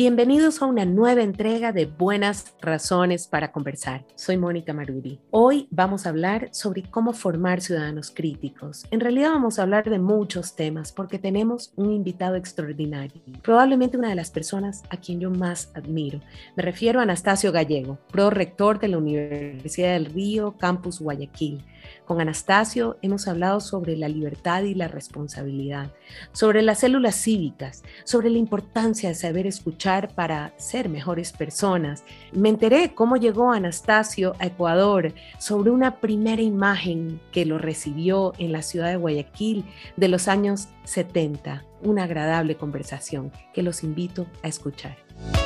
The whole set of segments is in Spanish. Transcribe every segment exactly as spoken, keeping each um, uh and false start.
Bienvenidos a una nueva entrega de Buenas Razones para Conversar. Soy Mónica Maruri. Hoy vamos a hablar sobre cómo formar ciudadanos críticos. En realidad vamos a hablar de muchos temas porque tenemos un invitado extraordinario, probablemente una de las personas a quien yo más admiro. Me refiero a Anastasio Gallego, prorector de la Universidad del Río, Campus Guayaquil. Con Anastasio hemos hablado sobre la libertad y la responsabilidad, sobre las células cívicas, sobre la importancia de saber escuchar para ser mejores personas. Me enteré cómo llegó Anastasio a Ecuador, sobre una primera imagen que lo recibió en la ciudad de Guayaquil de los años setenta. Una agradable conversación que los invito a escuchar.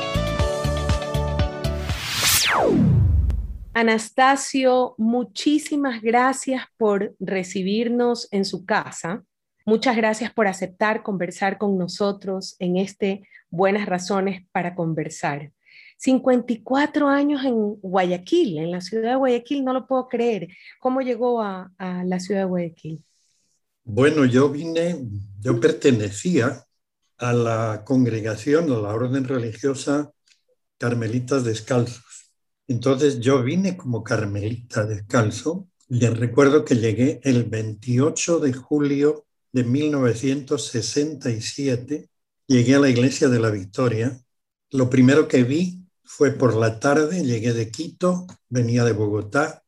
Anastasio, muchísimas gracias por recibirnos en su casa. Muchas gracias por aceptar conversar con nosotros en este Buenas Razones para Conversar. cincuenta y cuatro años en Guayaquil, en la ciudad de Guayaquil, no lo puedo creer. ¿Cómo llegó a, a la ciudad de Guayaquil? Bueno, yo vine, yo pertenecía a la congregación, a la orden religiosa Carmelitas Descalzos. Entonces yo vine como carmelita descalzo. Les recuerdo que llegué el veintiocho de julio de mil novecientos sesenta y siete. Llegué a la iglesia de la Victoria. Lo primero que vi fue por la tarde, llegué de Quito, venía de Bogotá,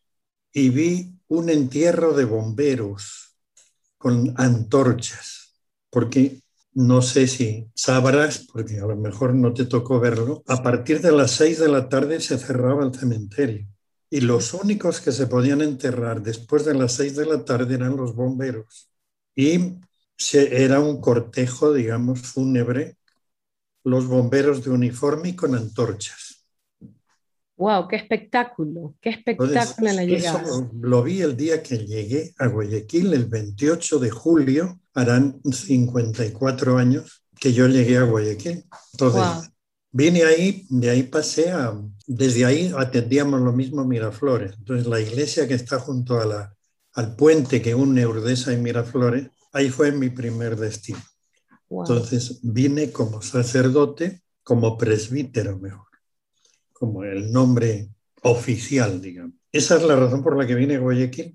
y vi un entierro de bomberos con antorchas, porque no sé si sabrás, porque a lo mejor no te tocó verlo, a partir de las seis de la tarde se cerraba el cementerio y los únicos que se podían enterrar después de las seis de la tarde eran los bomberos. Y se, era un cortejo, digamos, fúnebre, los bomberos de uniforme y con antorchas. ¡Wow! ¡Qué espectáculo! ¡Qué Entonces, espectáculo en la llegada! eso lo vi el día que llegué a Guayaquil, el veintiocho de julio, harán cincuenta y cuatro años que yo llegué a Guayaquil. Entonces, ¡Wow! vine ahí, de ahí pasé a, desde ahí atendíamos lo mismo Miraflores. Entonces, la iglesia que está junto a la, al puente que une Urdesa y Miraflores, ahí fue mi primer destino. ¡Wow! Entonces, vine como sacerdote, como presbítero mejor, como el nombre oficial, digamos. Esa es la razón por la que vine a Guayaquil.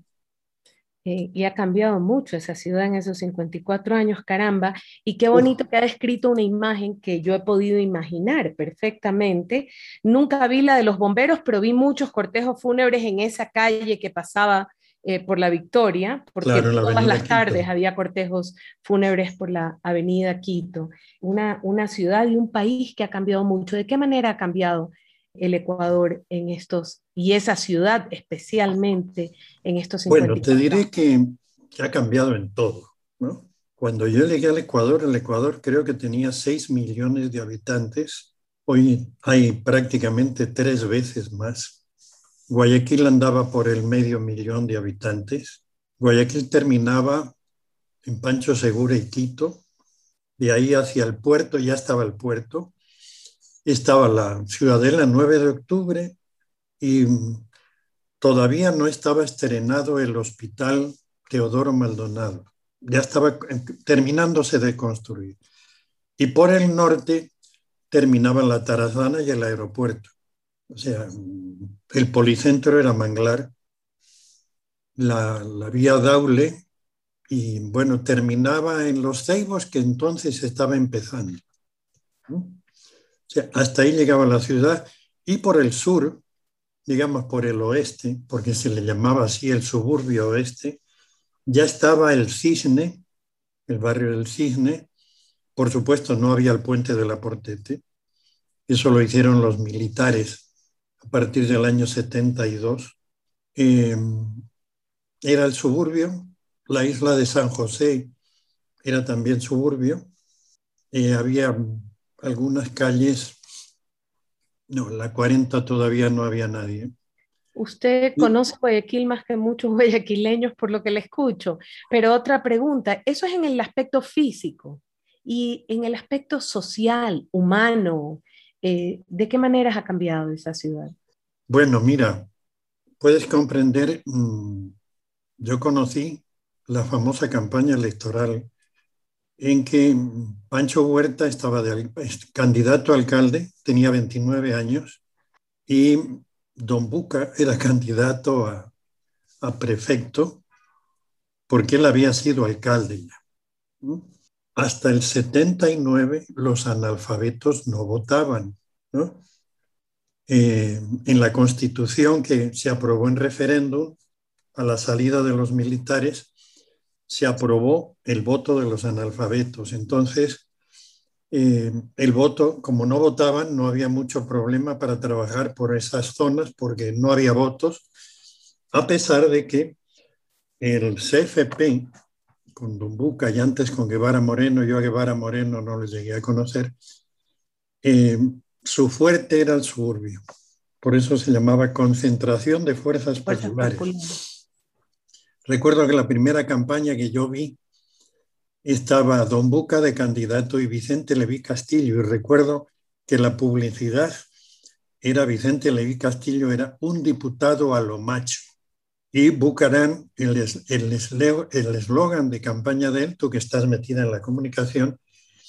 Eh, y ha cambiado mucho esa ciudad en esos cincuenta y cuatro años, caramba, y qué Uf, bonito que ha descrito una imagen que yo he podido imaginar perfectamente. Nunca vi la de los bomberos, pero vi muchos cortejos fúnebres en esa calle que pasaba eh, por la Victoria, porque claro, en la todas avenida las Quito. tardes había cortejos fúnebres por la avenida Quito. Una, una ciudad y un país que ha cambiado mucho. ¿De qué manera ha cambiado el Ecuador en estos, y esa ciudad especialmente en estos Bueno, te cincuenta y cuatro diré años? que, que ha cambiado en todo, ¿no? Cuando yo llegué al Ecuador, el Ecuador creo que tenía seis millones de habitantes. Hoy hay prácticamente tres veces más. Guayaquil andaba por el medio millón de habitantes. Guayaquil terminaba en Pancho Segura y Quito. De ahí hacia el puerto, ya estaba el puerto. Estaba la Ciudadela nueve de octubre y todavía no estaba estrenado el Hospital Teodoro Maldonado. Ya estaba terminándose de construir. Y por el norte terminaba la Tarazana y el aeropuerto. O sea, el policentro era Manglar, la, la vía Daule, y bueno, terminaba en Los Ceibos, que entonces estaba empezando, ¿no? O sea, hasta ahí llegaba la ciudad. Y por el sur, digamos por el oeste, porque se le llamaba así el suburbio oeste, ya estaba el Cisne, el barrio del Cisne. Por supuesto, no había el puente de la Portete. Eso lo hicieron los militares a partir del año setenta y dos. Eh, era el suburbio. La isla de San José era también suburbio. Eh, había algunas calles. No, en la cuarenta todavía no había nadie. Usted Y, conoce Guayaquil más que muchos guayaquileños por lo que le escucho, pero otra pregunta, eso es en el aspecto físico y en el aspecto social, humano, eh, ¿de qué maneras ha cambiado esa ciudad? bueno, mira, puedes comprender, mmm, yo conocí la famosa campaña electoral en que Pancho Huerta estaba de candidato a alcalde, tenía veintinueve años, y Don Buca era candidato a, a prefecto porque él había sido alcalde ya, ¿no? Hasta el setenta y nueve los analfabetos no votaban, ¿no? Eh, en la Constitución que se aprobó en referéndum a la salida de los militares, se aprobó el voto de los analfabetos. Entonces, eh, el voto, como no votaban, no había mucho problema para trabajar por esas zonas porque no había votos, a pesar de que el C F P, con Don Buca y antes con Guevara Moreno, yo a Guevara Moreno no les llegué a conocer, eh, su fuerte era el suburbio. Por eso se llamaba Concentración de Fuerzas Fuerzas populares. Populares. Recuerdo que la primera campaña que yo vi estaba Don Buca de candidato y Vicente Leví Castillo. Y recuerdo que la publicidad era Vicente Leví Castillo, era un diputado a lo macho. Y Bucarán, el eslogan de campaña de él, tú que estás metida en la comunicación,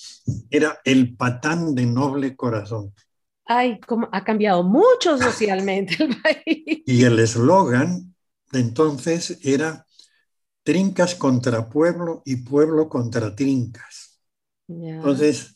era el patán de noble corazón. Ay, cómo ha cambiado mucho socialmente el país. Y el eslogan de entonces era trincas contra pueblo y pueblo contra trincas. Ya. Entonces,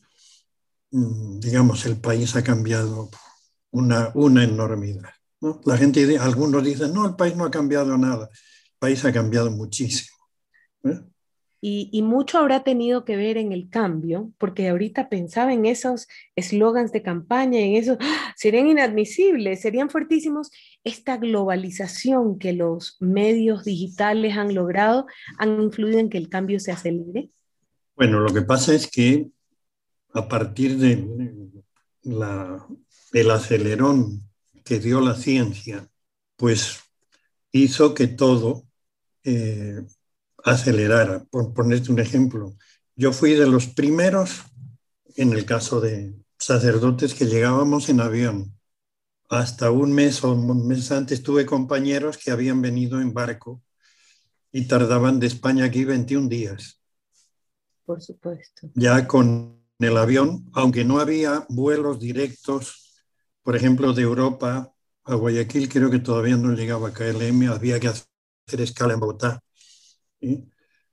digamos, el país ha cambiado una, una enormidad, ¿no? La gente, algunos dicen, no, el país no ha cambiado nada. El país ha cambiado muchísimo, ¿eh? Y, y mucho habrá tenido que ver en el cambio, porque ahorita pensaba en esos eslogans de campaña, en esos, ¡ah!, serían inadmisibles, serían fuertísimos. Esta globalización que los medios digitales han logrado, ¿han influido en que el cambio se acelere? Bueno, lo que pasa es que a partir de la, del acelerón que dio la ciencia, pues hizo que todo eh, acelerara. Por ponerte un ejemplo, yo fui de los primeros, en el caso de sacerdotes, que llegábamos en avión. Hasta un mes o un mes antes tuve compañeros que habían venido en barco y tardaban de España aquí veintiún días. Por supuesto. Ya con el avión, aunque no había vuelos directos, por ejemplo, de Europa a Guayaquil, creo que todavía no llegaba K L M, había que hacer escala en Bogotá, ¿sí?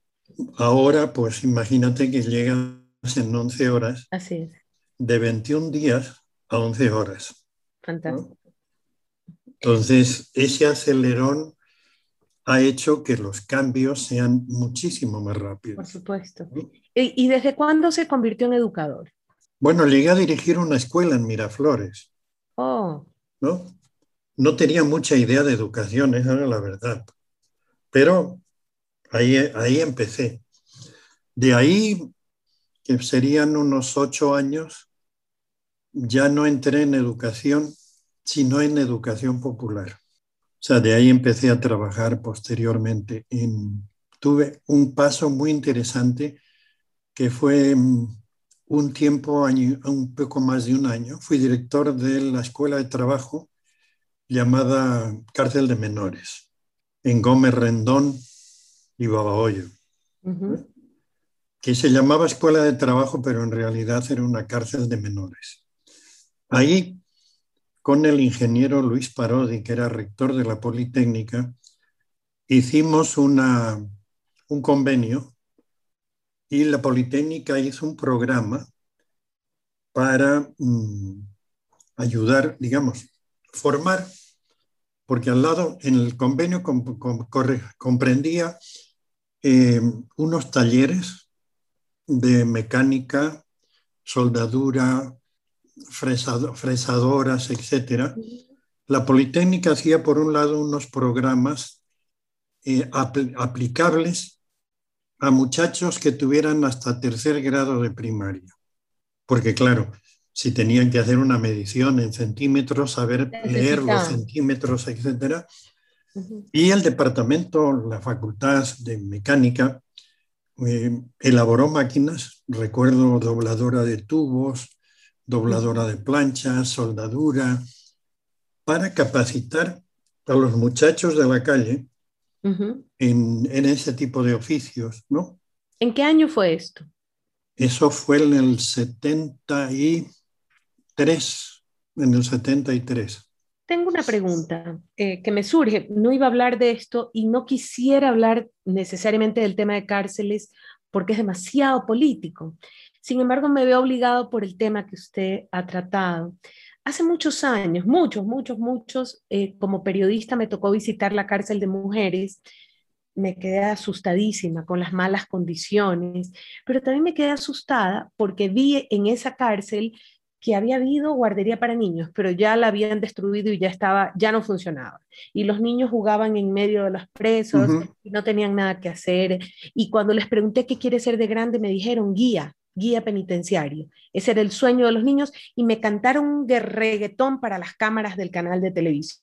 Ahora, pues imagínate que llegas en once horas. Así es. De veintiún días a once horas. Fantástico. ¿No? Entonces, ese acelerón ha hecho que los cambios sean muchísimo más rápidos. Por supuesto. ¿No? ¿Y, ¿Y desde cuándo se convirtió en educador? Bueno, llegué a dirigir una escuela en Miraflores. Oh. ¿No? No tenía mucha idea de educación, esa era la verdad. Pero ahí, ahí empecé. De ahí, que serían unos ocho años, ya no entré en educación, sino en educación popular. O sea, de ahí empecé a trabajar posteriormente. En, tuve un paso muy interesante que fue un tiempo, año, un poco más de un año. Fui director de la escuela de trabajo llamada Cárcel de Menores, en Gómez Rendón y Babahoyo, uh-huh. ¿eh? Que se llamaba Escuela de Trabajo, pero en realidad era una cárcel de menores. Ahí, con el ingeniero Luis Parodi, que era rector de la Politécnica, hicimos una, un convenio y la Politécnica hizo un programa para mmm, ayudar, digamos, formar, porque al lado, en el convenio comp comp comprendía eh, unos talleres de mecánica, soldadura, fresado, fresadoras, etcétera. La Politécnica hacía, por un lado, unos programas eh, apl aplicables a muchachos que tuvieran hasta tercer grado de primaria. Porque, claro, si tenían que hacer una medición en centímetros, saber leer los centímetros, etcétera. Uh-huh. Y el departamento, la facultad de mecánica, eh, elaboró máquinas, recuerdo, dobladora de tubos, dobladora de planchas, soldadura, para capacitar a los muchachos de la calle uh-huh. en, en ese tipo de oficios, ¿no? ¿En qué año fue esto? Eso fue en el setenta y tres, en el setenta y tres. Tengo una pregunta eh, que me surge. No iba a hablar de esto y no quisiera hablar necesariamente del tema de cárceles porque es demasiado político. Sin embargo, me veo obligado por el tema que usted ha tratado. Hace muchos años, muchos, muchos, muchos, eh, como periodista me tocó visitar la cárcel de mujeres. Me quedé asustadísima con las malas condiciones, pero también me quedé asustada porque vi en esa cárcel que había habido guardería para niños, pero ya la habían destruido y ya estaba, ya no funcionaba. Y los niños jugaban en medio de los presos Uh-huh. y no tenían nada que hacer. Y cuando les pregunté qué quiere ser de grande, me dijeron guía, guía penitenciario. Ese era el sueño de los niños y me cantaron un reggaetón para las cámaras del canal de televisión.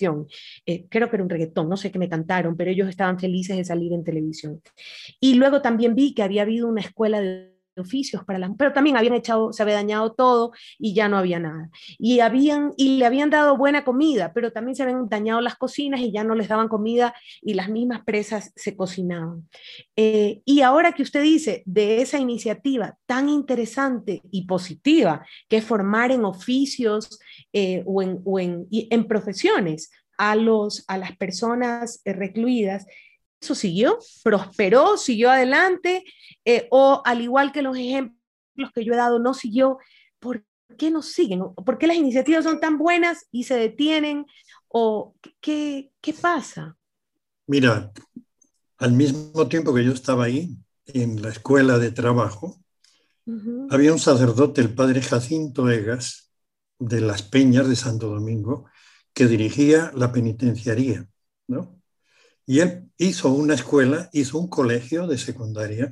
Eh, creo que era un reggaetón, no sé qué me cantaron, pero ellos estaban felices de salir en televisión. Y luego también vi que había habido una escuela de oficios para las, pero también habían echado, se había dañado todo y ya no había nada. Y habían, y le habían dado buena comida, pero también se habían dañado las cocinas y ya no les daban comida y las mismas presas se cocinaban. Eh, y ahora que usted dice de esa iniciativa tan interesante y positiva, que es formar en oficios eh, o, en, o en, en profesiones a, los, a las personas eh, recluidas, ¿eso siguió? ¿Prosperó? ¿Siguió adelante? Eh, ¿O al igual que los ejemplos que yo he dado, no siguió? ¿Por qué no siguen? ¿Por qué las iniciativas son tan buenas y se detienen? ¿O qué, qué pasa? Mira, al mismo tiempo que yo estaba ahí, en la escuela de trabajo, Uh-huh. había un sacerdote, el padre Jacinto Egas, de Las Peñas de Santo Domingo, que dirigía la penitenciaría, ¿no? Y él hizo una escuela, hizo un colegio de secundaria,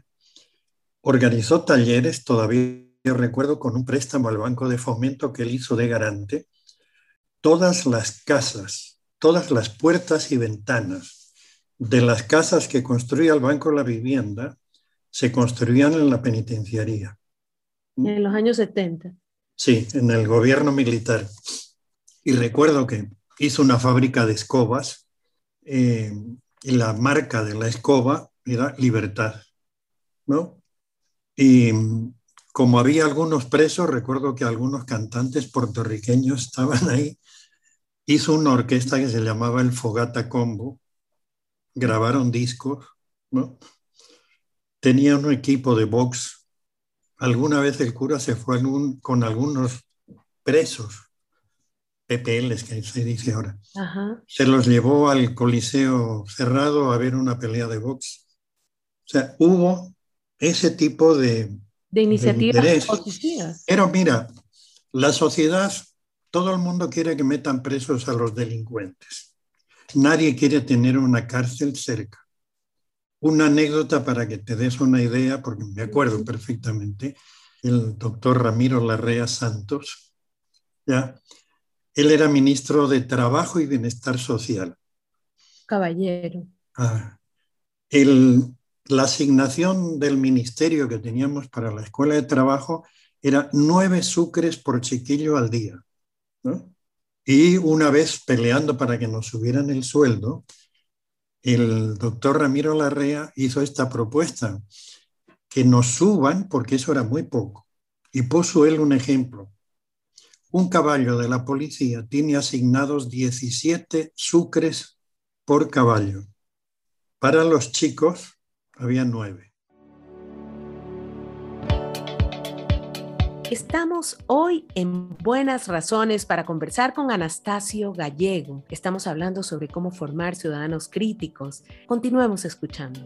organizó talleres, todavía recuerdo, con un préstamo al Banco de Fomento que él hizo de garante. Todas las casas, todas las puertas y ventanas de las casas que construía el Banco de la Vivienda se construían en la penitenciaría. En los años setenta. Sí, en el gobierno militar. Y recuerdo que hizo una fábrica de escobas eh, y la marca de la escoba era Libertad, ¿no? Y como había algunos presos, recuerdo que algunos cantantes puertorriqueños estaban ahí, hizo una orquesta que se llamaba el Fogata Combo, grabaron discos, ¿no? Tenía un equipo de box. Alguna vez el cura se fue algún, con algunos presos, P P Ls que se dice ahora. Ajá. Se los llevó al Coliseo Cerrado a ver una pelea de box. O sea, hubo ese tipo de, De de iniciativas interés. positivas. Pero mira, la sociedad, todo el mundo quiere que metan presos a los delincuentes. Nadie quiere tener una cárcel cerca. Una anécdota para que te des una idea, porque me acuerdo perfectamente, el doctor Ramiro Larrea Santos, ¿ya? Él era ministro de Trabajo y Bienestar Social. Caballero. Ah, el, la asignación del ministerio que teníamos para la escuela de trabajo era nueve sucres por chiquillo al día, ¿no? Y una vez peleando para que nos subieran el sueldo, el doctor Ramiro Larrea hizo esta propuesta, que nos suban, porque eso era muy poco. Y puso él un ejemplo. Un caballo de la policía tiene asignados diecisiete sucres por caballo. Para los chicos había nueve. Estamos hoy en Buenas Razones para conversar con Anastasio Gallego. Estamos hablando sobre cómo formar ciudadanos críticos. Continuemos escuchando.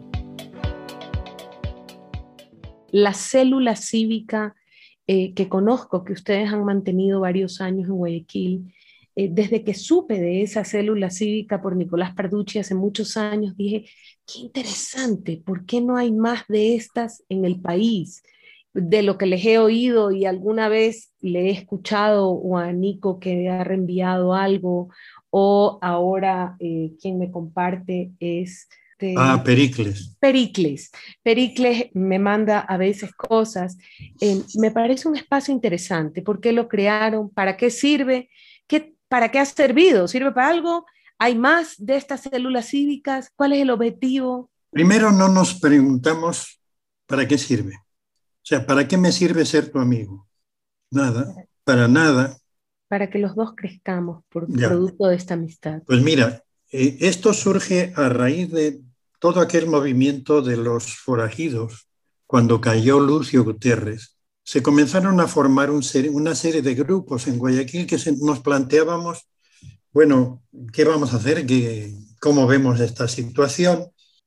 La célula cívica eh, que conozco, que ustedes han mantenido varios años en Guayaquil, eh, desde que supe de esa célula cívica por Nicolás Parducci hace muchos años, dije, qué interesante, ¿por qué no hay más de estas en el país? De lo que les he oído y alguna vez le he escuchado o a Nico que ha reenviado algo, o ahora eh, quien me comparte es Ah, de Pericles. Pericles. Pericles me manda a veces cosas. Eh, me parece un espacio interesante. ¿Por qué lo crearon? ¿Para qué sirve? ¿Qué, ¿Para qué ha servido? ¿Sirve para algo? ¿Hay más de estas células cívicas? ¿Cuál es el objetivo? Primero no nos preguntamos para qué sirve. sea, ¿para qué me sirve ser tu amigo? Nada, para nada. Para que los dos crezcamos por Ya. producto de esta amistad. Pues mira, eh, esto surge a raíz de todo aquel movimiento de los forajidos, cuando cayó Lucio Gutiérrez. Se comenzaron a formar un ser, una serie de grupos en Guayaquil que se, nos planteábamos, bueno, ¿qué vamos a hacer? ¿Qué, ¿Cómo vemos esta situación?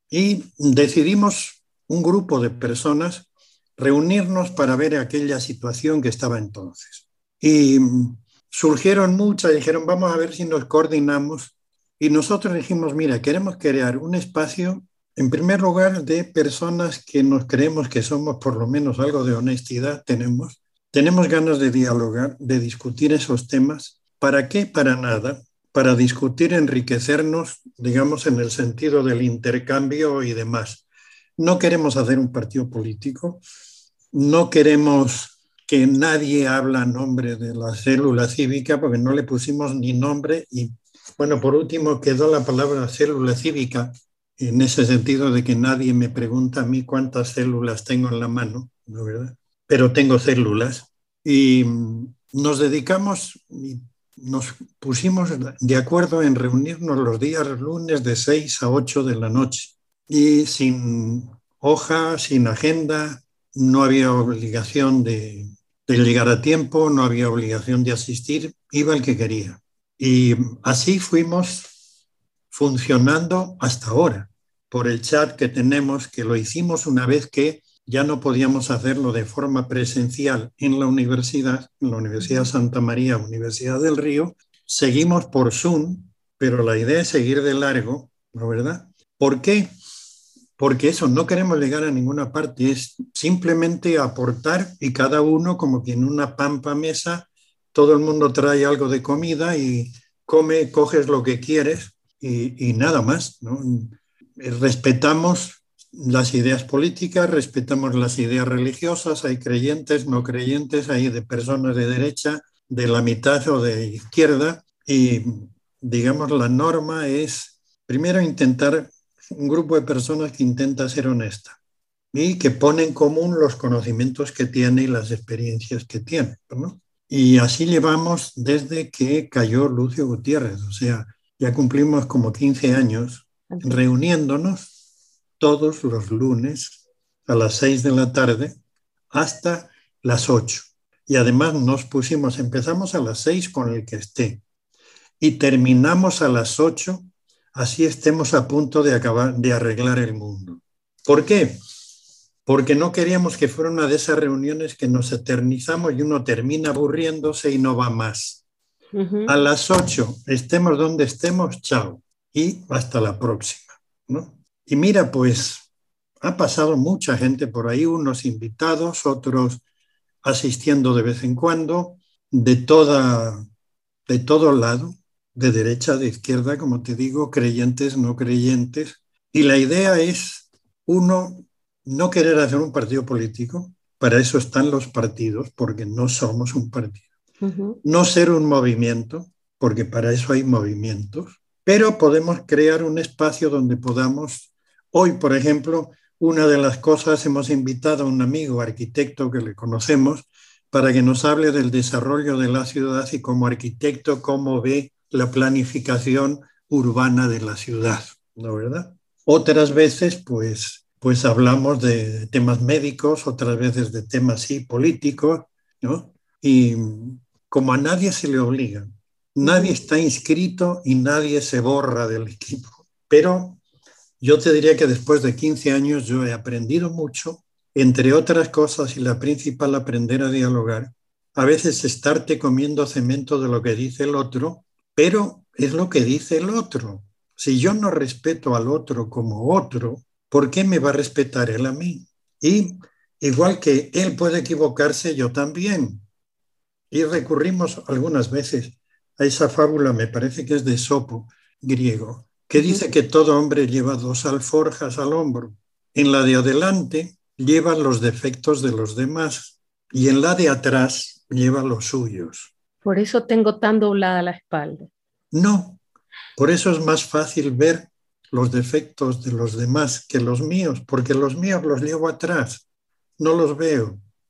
Y decidimos, un grupo de personas, reunirnos para ver aquella situación que estaba entonces. Y surgieron muchas, dijeron, vamos a ver si nos coordinamos. Y nosotros dijimos, mira, queremos crear un espacio, en primer lugar, de personas que nos creemos que somos por lo menos algo de honestidad, tenemos. Tenemos ganas de dialogar, de discutir esos temas. ¿Para qué? Para nada. Para discutir, enriquecernos, digamos, en el sentido del intercambio y demás. No queremos hacer un partido político, no queremos que nadie hable a nombre de la célula cívica porque no le pusimos ni nombre y, bueno, por último quedó la palabra célula cívica en ese sentido de que nadie me pregunta a mí cuántas células tengo en la mano, ¿no, verdad? Pero tengo células y nos dedicamos y nos pusimos de acuerdo en reunirnos los días lunes de seis a ocho de la noche y sin hoja, sin agenda, no había obligación de, de llegar a tiempo, no había obligación de asistir, iba el que quería. Y así fuimos funcionando hasta ahora, por el chat que tenemos, que lo hicimos una vez que ya no podíamos hacerlo de forma presencial en la universidad, en la Universidad Santa María, Universidad del Río. Seguimos por Zoom, pero la idea es seguir de largo, ¿no, verdad? ¿Por qué? Porque eso, no queremos llegar a ninguna parte, es simplemente aportar y cada uno, como que en una pampa mesa, todo el mundo trae algo de comida y come, coges lo que quieres y, y nada más, ¿no? Respetamos las ideas políticas, respetamos las ideas religiosas, hay creyentes, no creyentes, hay de personas de derecha, de la mitad o de izquierda y digamos la norma es primero intentar un grupo de personas que intenta ser honesta y que pone en común los conocimientos que tiene y las experiencias que tiene, ¿no? Y así llevamos desde que cayó Lucio Gutiérrez, o sea, ya cumplimos como quince años reuniéndonos todos los lunes a las seis de la tarde hasta las ocho. Y además nos pusimos, empezamos a las seis con el que esté y terminamos a las ocho, así estemos a punto de acabar de arreglar el mundo. ¿Por qué? Porque no queríamos que fuera una de esas reuniones que nos eternizamos y uno termina aburriéndose y no va más. Uh-huh. A las ocho, estemos donde estemos, chao. Y hasta la próxima, ¿no? Y mira, pues ha pasado mucha gente por ahí, unos invitados, otros asistiendo de vez en cuando, de, toda, de todo lado, de derecha, de izquierda, como te digo, creyentes, no creyentes. Y la idea es, uno, no querer hacer un partido político, para eso están los partidos, porque no somos un partido. Uh-huh. No ser un movimiento, porque para eso hay movimientos, pero podemos crear un espacio donde podamos, hoy, por ejemplo, una de las cosas, hemos invitado a un amigo arquitecto que le conocemos para que nos hable del desarrollo de la ciudad y como arquitecto, cómo ve la planificación urbana de la ciudad, ¿no, verdad? Otras veces, pues, pues hablamos de temas médicos, otras veces de temas, sí, políticos, ¿no? Y como a nadie se le obliga, nadie está inscrito y nadie se borra del equipo. Pero yo te diría que después de quince años yo he aprendido mucho, entre otras cosas, y la principal, aprender a dialogar. A veces estarte comiendo cemento de lo que dice el otro, pero es lo que dice el otro. Si yo no respeto al otro como otro, ¿por qué me va a respetar él a mí? Y igual que él puede equivocarse, yo también. Y recurrimos algunas veces a esa fábula, me parece que es de Esopo, griego, que uh-huh. dice que todo hombre lleva dos alforjas al hombro. En la de adelante lleva los defectos de los demás y en la de atrás lleva los suyos. Por eso tengo tan doblada la espalda. No, por eso es más fácil ver los defectos de los demás que los míos, porque los míos los llevo atrás, no los veo.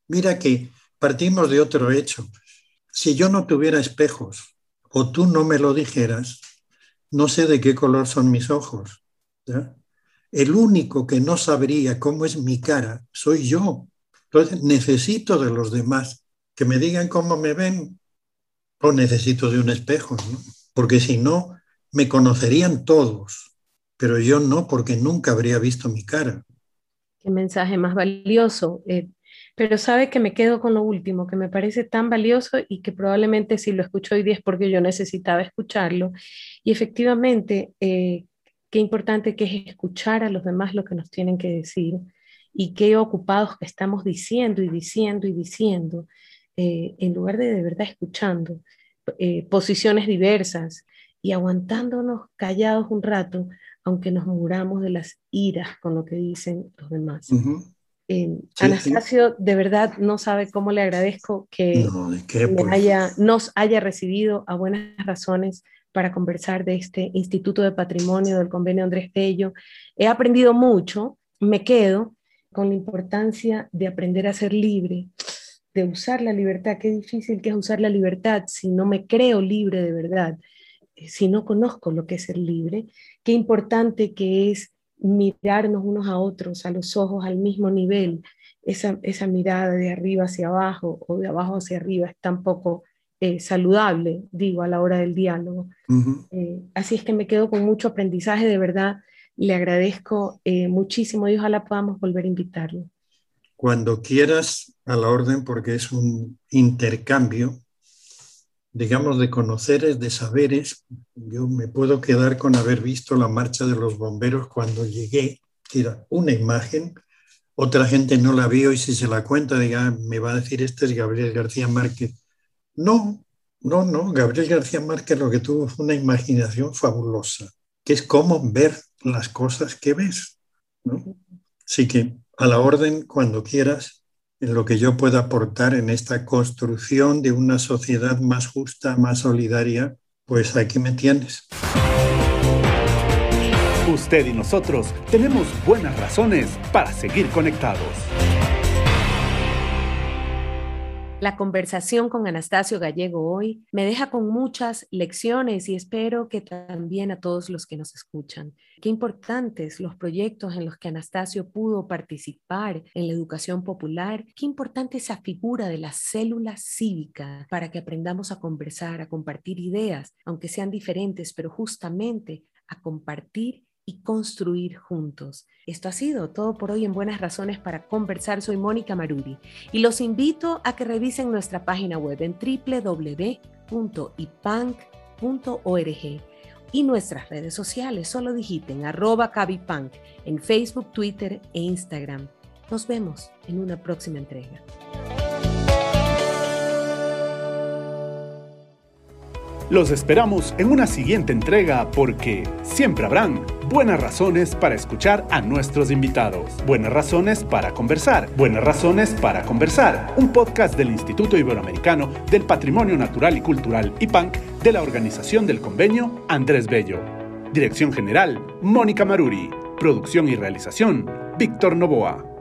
Mira que partimos de otro hecho. Si yo no tuviera espejos o tú no me lo dijeras, no sé de qué color son mis ojos, ¿ya? El único que no sabría cómo es mi cara soy yo. Entonces necesito de los demás que me digan cómo me ven o necesito de un espejo, ¿no? Porque si no, me conocerían todos, pero yo no, porque nunca habría visto mi cara. Qué mensaje más valioso. Eh, pero sabe que me quedo con lo último, que me parece tan valioso y que probablemente si lo escucho hoy día es porque yo necesitaba escucharlo. Y efectivamente, eh, qué importante que es escuchar a los demás lo que nos tienen que decir y qué ocupados que estamos diciendo y diciendo y diciendo, eh, en lugar de de verdad escuchando eh, posiciones diversas y aguantándonos callados un rato, aunque nos muramos de las iras con lo que dicen los demás. Uh-huh. Eh, Sí, sí. Anastasio, de verdad no sabe cómo le agradezco que No, ¿de qué? me Pues haya, nos haya recibido a buenas razones para conversar de este Instituto de Patrimonio del Convenio Andrés Bello. He aprendido mucho, me quedo con la importancia de aprender a ser libre, de usar la libertad. Qué difícil que es usar la libertad si no me creo libre de verdad, si no conozco lo que es ser libre. Qué importante que es mirarnos unos a otros, a los ojos, al mismo nivel. Esa, esa mirada de arriba hacia abajo o de abajo hacia arriba es tan poco eh, saludable, digo, a la hora del diálogo. uh-huh. Eh, así es que me quedo con mucho aprendizaje, de verdad. Le agradezco eh, muchísimo y ojalá podamos volver a invitarlo. Cuando quieras, a la orden, porque es un intercambio, digamos, de conoceres, de saberes. Yo me puedo quedar con haber visto la marcha de los bomberos cuando llegué, que era una imagen. Otra gente no la vio y si se la cuenta, diga, "Ah, me va a decir este es Gabriel García Márquez". No, no, no. Gabriel García Márquez lo que tuvo fue una imaginación fabulosa, que es cómo ver las cosas que ves, ¿no? Así que a la orden, cuando quieras, en lo que yo pueda aportar en esta construcción de una sociedad más justa, más solidaria, pues aquí me tienes. Usted y nosotros tenemos buenas razones para seguir conectados. La conversación con Anastasio Gallego hoy me deja con muchas lecciones y espero que también a todos los que nos escuchan. Qué importantes los proyectos en los que Anastasio pudo participar en la educación popular. Qué importante esa figura de la célula cívica para que aprendamos a conversar, a compartir ideas, aunque sean diferentes, pero justamente a compartir y construir juntos. Esto ha sido todo por hoy en Buenas Razones para Conversar. Soy Mónica Maruri y los invito a que revisen nuestra página web en doble u doble u doble u punto i panc punto org y nuestras redes sociales. Solo digiten arroba cabipanc en Facebook, Twitter e Instagram. Nos vemos en una próxima entrega. Los esperamos en una siguiente entrega porque siempre habrán buenas razones para escuchar a nuestros invitados. Buenas razones para conversar. Buenas razones para conversar. Un podcast del Instituto Iberoamericano del Patrimonio Natural y Cultural I PANC de la Organización del Convenio Andrés Bello. Dirección General, Mónica Maruri. Producción y realización, Víctor Novoa.